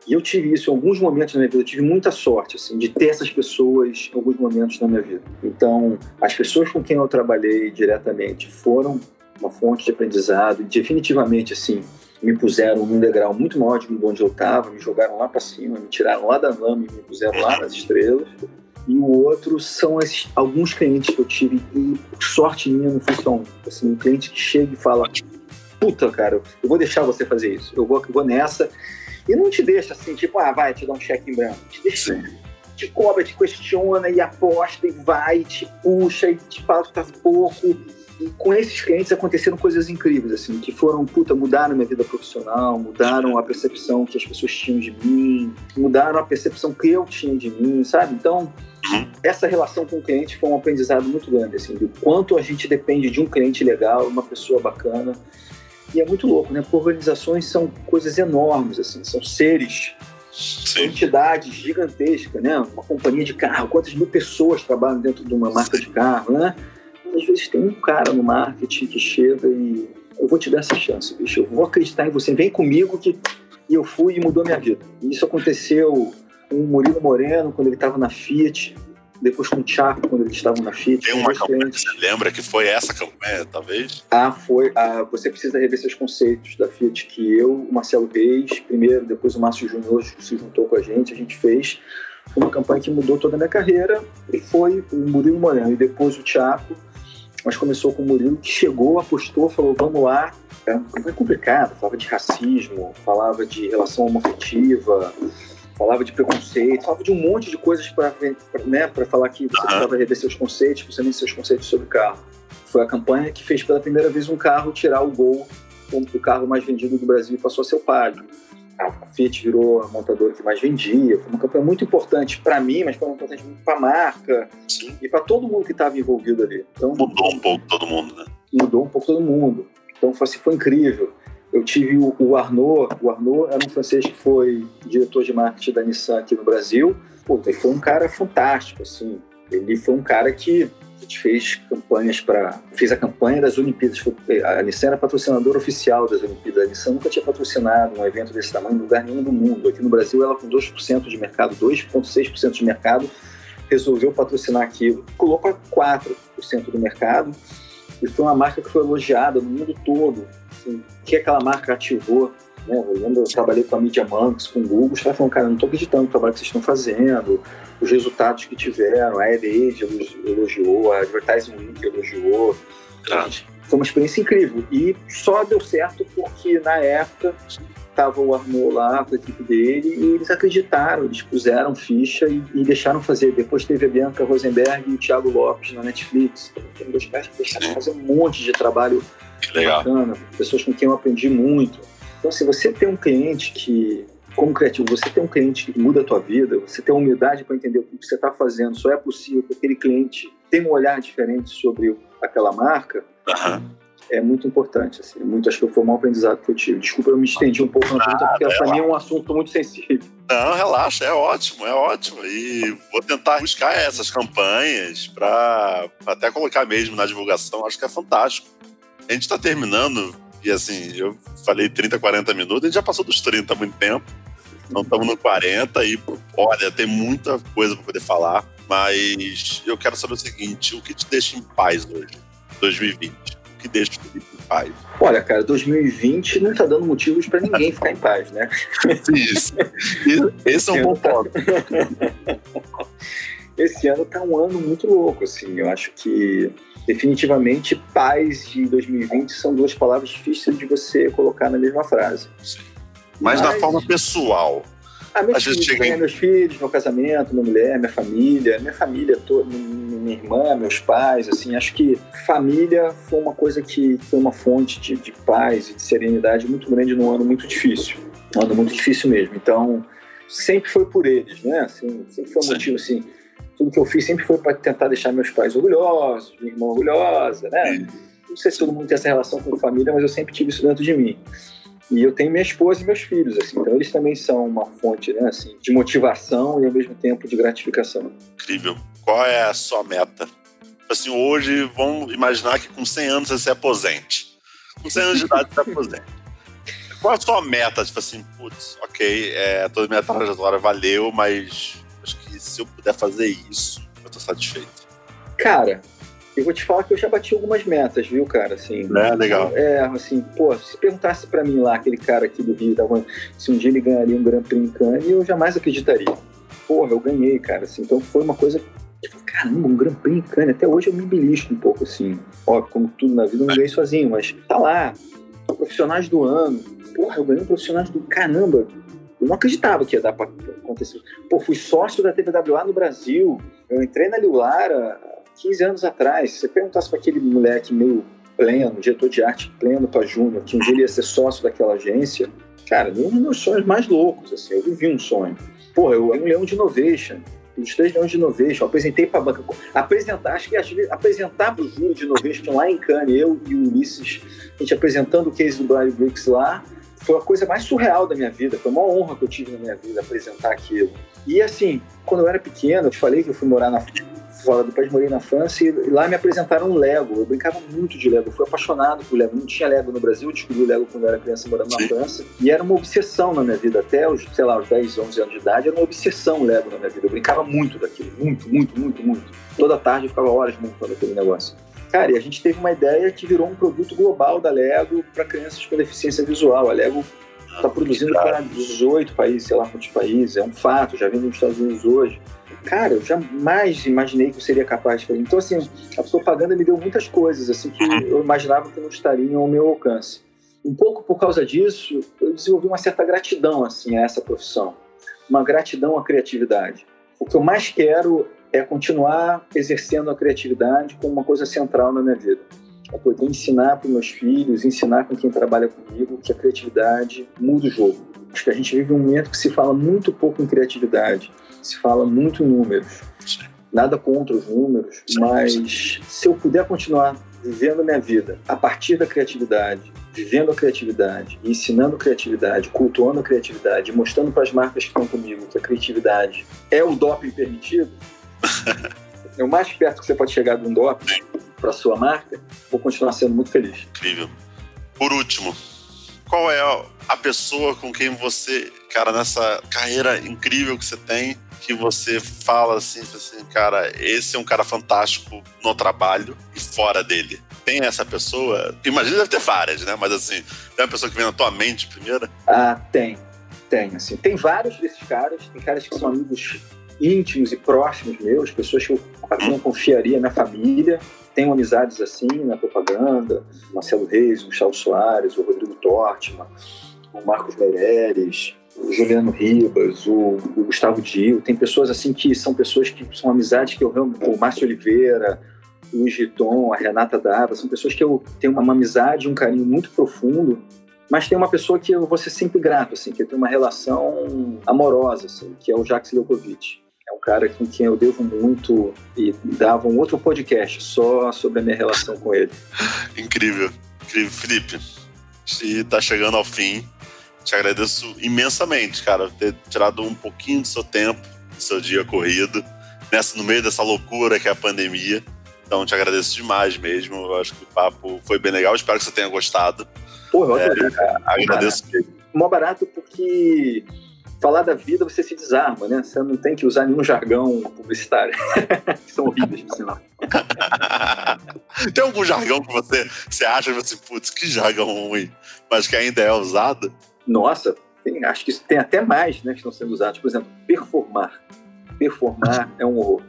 E eu tive isso em alguns momentos na minha vida, eu tive muita sorte, assim, de ter essas pessoas em alguns momentos na minha vida. Então, as pessoas com quem eu trabalhei diretamente foram uma fonte de aprendizado e definitivamente, assim, me puseram num degrau muito maior de onde eu estava, me jogaram lá para cima, me tiraram lá da lama e me puseram lá nas estrelas. E o outro são esses, alguns clientes que eu tive e sorte minha não foi só um. Assim, um cliente que chega e fala, puta, cara, eu vou deixar você fazer isso, eu vou, eu vou nessa. E não te deixa assim, tipo, ah, vai, te dá um cheque em branco. Te deixa, Sim. te cobra, te questiona e aposta e vai, te puxa e te fala que tá pouco. E com esses clientes aconteceram coisas incríveis, assim, que foram, puta, mudaram minha vida profissional, mudaram a percepção que as pessoas tinham de mim, mudaram a percepção que eu tinha de mim, sabe? Então, essa relação com o cliente foi um aprendizado muito grande, assim, do quanto a gente depende de um cliente legal, uma pessoa bacana. E é muito louco, né? Porque organizações são coisas enormes, assim, são seres, Sim. entidades gigantescas, né? Uma companhia de carro, quantas mil pessoas trabalham dentro de uma marca de carro, né? Às vezes tem um cara no marketing que chega e eu vou te dar essa chance, bicho, eu vou acreditar em você, vem comigo que e eu fui e mudou minha vida. E isso aconteceu com o Murilo Moreno quando ele estava na Fiat, depois com o Thiago quando eles estavam na Fiat. Tem uma campanha que você lembra que foi essa campanha, talvez? Ah, foi. Ah, você precisa rever seus conceitos da Fiat, que eu, o Marcelo Reis, primeiro, depois o Márcio Júnior se juntou com a gente, a gente fez. Foi uma campanha que mudou toda a minha carreira e foi o Murilo Moreno e depois o Thiago. Mas começou com o Murilo, que chegou, apostou, falou, vamos lá. Era uma campanha complicada, falava de racismo, falava de relação homoafetiva, falava de preconceito, falava de um monte de coisas para né, para falar que você precisava rever seus conceitos, principalmente seus conceitos sobre carro. Foi a campanha que fez pela primeira vez um carro tirar o Gol como o carro mais vendido do Brasil e passou a ser o Palio. A Fiat virou a montadora que mais vendia. Foi uma campanha muito importante para mim, mas foi uma importante para a marca. Sim. E para todo mundo que estava envolvido ali. Então, mudou um pouco todo mundo, né? Mudou um pouco todo mundo. Então foi, assim, foi incrível. Eu tive o, o Arnaud. O Arnaud era um francês que foi diretor de marketing da Nissan aqui no Brasil. Pô, ele foi um cara fantástico, assim. Ele foi um cara que a gente fez campanhas para... Fez a campanha das Olimpíadas. A Nissan era patrocinadora oficial das Olimpíadas. A Nissan nunca tinha patrocinado um evento desse tamanho em lugar nenhum do mundo. Aqui no Brasil, ela com dois por cento de mercado, dois vírgula seis por cento de mercado, resolveu patrocinar aquilo. Pulou para quatro por cento do mercado e foi uma marca que foi elogiada no mundo todo. Assim, que aquela marca ativou. Né? Eu lembro, eu trabalhei com a Media Monks, com o Google, os caras falaram, cara, não estou acreditando no trabalho que vocês estão fazendo, os resultados que tiveram, a AdAge elogiou, a Advertising Week elogiou. Ah. Foi uma experiência incrível. E só deu certo porque, na época, estava o Arnaud lá com a equipe dele e eles acreditaram, eles puseram ficha e, e deixaram fazer. Depois teve a Bianca Rosenberg e o Thiago Lopes na Netflix. Foram dois caras que deixaram fazer um monte de trabalho bacana, pessoas com quem eu aprendi muito. Então, se você tem um cliente que, como criativo, você tem um cliente que muda a tua vida, você tem a humildade para entender o que você está fazendo, só é possível que aquele cliente tenha um olhar diferente sobre aquela marca, uhum. é muito importante. Assim, muito, acho que foi um mau aprendizado que eu tive. Desculpa, eu me estendi um pouco na pergunta, porque para mim é um assunto muito sensível. Não, relaxa, é ótimo, é ótimo. E vou tentar buscar essas campanhas para até colocar mesmo na divulgação, acho que é fantástico. A gente está terminando, e assim, eu falei trinta, quarenta minutos, a gente já passou dos trinta há muito tempo. Então estamos no quarenta e, olha, tem muita coisa para poder falar, mas eu quero saber o seguinte, o que te deixa em paz hoje, dois mil e vinte? O que deixa te em paz? Olha, cara, dois mil e vinte não tá dando motivos para ninguém ficar em paz, né? Isso. Esse é um bom ponto. Esse ano tá um ano muito louco, assim, eu acho que definitivamente paz de dois mil e vinte são duas palavras difíceis de você colocar na mesma frase. Sim. Mas, Mas na forma pessoal. Ah, meus, filhos, né, em... meus filhos, meu casamento, minha mulher, minha família, minha família toda, minha irmã, meus pais, assim, acho que família foi uma coisa que foi uma fonte de, de paz e de serenidade muito grande num ano muito difícil. Um ano muito difícil mesmo. Então, sempre foi por eles, né? Assim, sempre foi um Sim. motivo, assim, tudo que eu fiz sempre foi para tentar deixar meus pais orgulhosos, minha irmã orgulhosa, né? Sim. Não sei se todo mundo tem essa relação com família, mas eu sempre tive isso dentro de mim. E eu tenho minha esposa e meus filhos, assim, então eles também são uma fonte, né, assim, de motivação e ao mesmo tempo de gratificação. Incrível. Qual é a sua meta? Assim, hoje, vamos imaginar que com cem anos você se aposente. Com cem anos de idade você se aposente. Qual a sua meta? Tipo assim, putz, ok, é, toda a minha trajetória valeu, mas acho que se eu puder fazer isso, eu tô satisfeito. Cara, eu vou te falar que eu já bati algumas metas, viu, cara? Assim, é, legal. É, assim, pô, se perguntasse pra mim lá, aquele cara aqui do Rio, tava, se um dia ele ganharia um Grand Prix em Cannes, eu jamais acreditaria. Porra, eu ganhei, cara, assim, então foi uma coisa... Caramba, um Grand Prix em Cannes, até hoje eu me belisco um pouco, assim. Óbvio, como tudo na vida, eu não ganhei sozinho, mas tá lá, profissionais do ano. Porra, eu ganhei um profissionais do... Caramba, eu não acreditava que ia dar pra acontecer. Pô, fui sócio da T V W A no Brasil, eu entrei na Lilara quinze anos atrás. Se você perguntasse pra aquele moleque meio pleno, diretor de arte pleno pra Júnior, que um dia ele ia ser sócio daquela agência, cara, um dos meus sonhos mais loucos, assim, eu vivi um sonho. Porra, eu era um leão de innovation. Os três leões de Innovation, apresentei para a banca. Apresentar, acho que apresentava o júri de Innovation lá em Cannes, eu e o Ulisses, a gente apresentando o case do Brian Briggs lá, foi a coisa mais surreal da minha vida, foi uma honra que eu tive na minha vida apresentar aquilo. E assim, quando eu era pequeno, eu te falei que eu fui morar na, fora do país, morei na França, e lá me apresentaram um Lego. Eu brincava muito de Lego, eu fui apaixonado por Lego. Não tinha Lego no Brasil, eu descobri o Lego quando eu era criança morando na França, e era uma obsessão na minha vida, até os, sei lá, os dez, onze anos de idade, era uma obsessão o Lego na minha vida. Eu brincava muito daquilo, muito, muito, muito, muito. Toda tarde eu ficava horas montando aquele negócio. Cara, e a gente teve uma ideia que virou um produto global da Lego para crianças com deficiência visual. A Lego está produzindo para dezoito países, sei lá quantos países, é um fato, já vem nos Estados Unidos hoje. Cara, eu jamais imaginei que eu seria capaz de fazer. Então, assim, a propaganda me deu muitas coisas, assim, que eu imaginava que não estariam ao meu alcance. Um pouco por causa disso, eu desenvolvi uma certa gratidão, assim, a essa profissão. Uma gratidão à criatividade. O que eu mais quero é continuar exercendo a criatividade como uma coisa central na minha vida. É poder ensinar para os meus filhos, ensinar com quem trabalha comigo que a criatividade muda o jogo. Acho que a gente vive um momento que se fala muito pouco em criatividade, se fala muito em números. Nada contra os números, mas se eu puder continuar vivendo a minha vida a partir da criatividade, vivendo a criatividade, ensinando criatividade, cultuando a criatividade, mostrando para as marcas que estão comigo que a criatividade é o doping permitido, é o mais perto que você pode chegar de um doping para a sua marca, vou continuar sendo muito feliz. Incrível. Por último, qual é a pessoa com quem você, cara, nessa carreira incrível que você tem, que você fala assim, assim, cara, esse é um cara fantástico no trabalho e fora dele? Tem essa pessoa? Imagina, deve ter várias, né? Mas assim, tem uma pessoa que vem na tua mente primeiro? Ah, tem. Tem, assim. Tem vários desses caras. Tem caras que são amigos íntimos e próximos meus, pessoas que eu não confiaria, minha família. Tenho amizades assim na propaganda, Marcelo Reis, o Gustavo Soares, o Rodrigo Tortman, o Marcos Meireles, o Juliano Ribas, o, o Gustavo Dio. Tem pessoas assim que são pessoas que são amizades que eu realmente... O Márcio Oliveira, o Luiz Riton, a Renata Dava, são pessoas que eu tenho uma amizade, um carinho muito profundo, mas tem uma pessoa que eu vou ser sempre grato, assim, que eu tenho uma relação amorosa, assim, que é o Jacques Leucovitch. É um cara com quem eu devo muito e dava um outro podcast só sobre a minha relação com ele. Incrível. Incrível. Felipe, e tá chegando ao fim. Te agradeço imensamente, cara, por ter tirado um pouquinho do seu tempo, do seu dia corrido, nessa, no meio dessa loucura que é a pandemia. Então, te agradeço demais mesmo. Eu acho que o papo foi bem legal. Espero que você tenha gostado. Pô, eu adorei, é, cara. Agradeço mesmo. Mó barato porque... falar da vida, você se desarma, né? Você não tem que usar nenhum jargão publicitário. Que são horríveis, por sinal. Tem algum jargão que você, você acha, você, putz, que jargão ruim, mas que ainda é usado? Nossa, tem, acho que tem até mais, né, que estão sendo usados. Por exemplo, performar. Performar é um horror.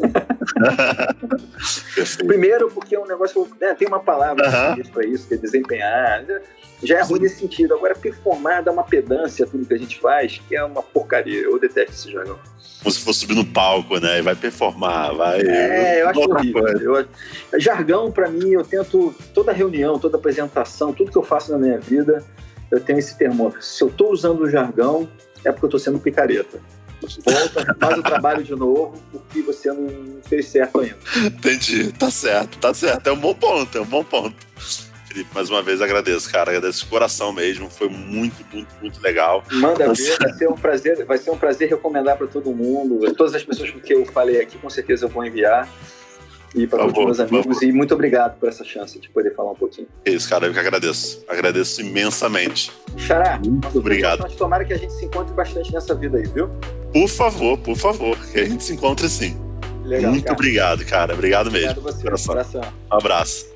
Primeiro porque é um negócio, né, tem uma palavra uh-huh. para isso, que é desempenhar, já é ruim nesse sentido. Agora performar dá uma pedância a tudo que a gente faz, que é uma porcaria. Eu detesto esse jargão. Como se fosse subir no palco, né, e vai performar, vai... É, eu acho horrível. Eu, jargão, pra mim, eu tento, toda reunião, toda apresentação, tudo que eu faço na minha vida, eu tenho esse termômetro. Se eu tô usando o jargão, é porque eu tô sendo picareta. Volta, faz o trabalho de novo, porque você não fez certo ainda. Entendi, tá certo, tá certo. É um bom ponto, é um bom ponto. Felipe, mais uma vez agradeço, cara. Agradeço de coração mesmo. Foi muito, muito, muito legal. Manda ver, vai ser um prazer, vai ser um prazer recomendar para todo mundo. Todas as pessoas com que eu falei aqui, com certeza eu vou enviar. e para todos os meus amigos. E muito obrigado por essa chance de poder falar um pouquinho. É isso, cara, eu que agradeço. Agradeço imensamente. Xará, muito obrigado. Tomara que a gente se encontre bastante nessa vida aí, viu? Por favor, por favor, que a gente se encontre sim. Legal, muito cara. obrigado, cara. Obrigado mesmo. Obrigado a você. Um abração. Um abraço.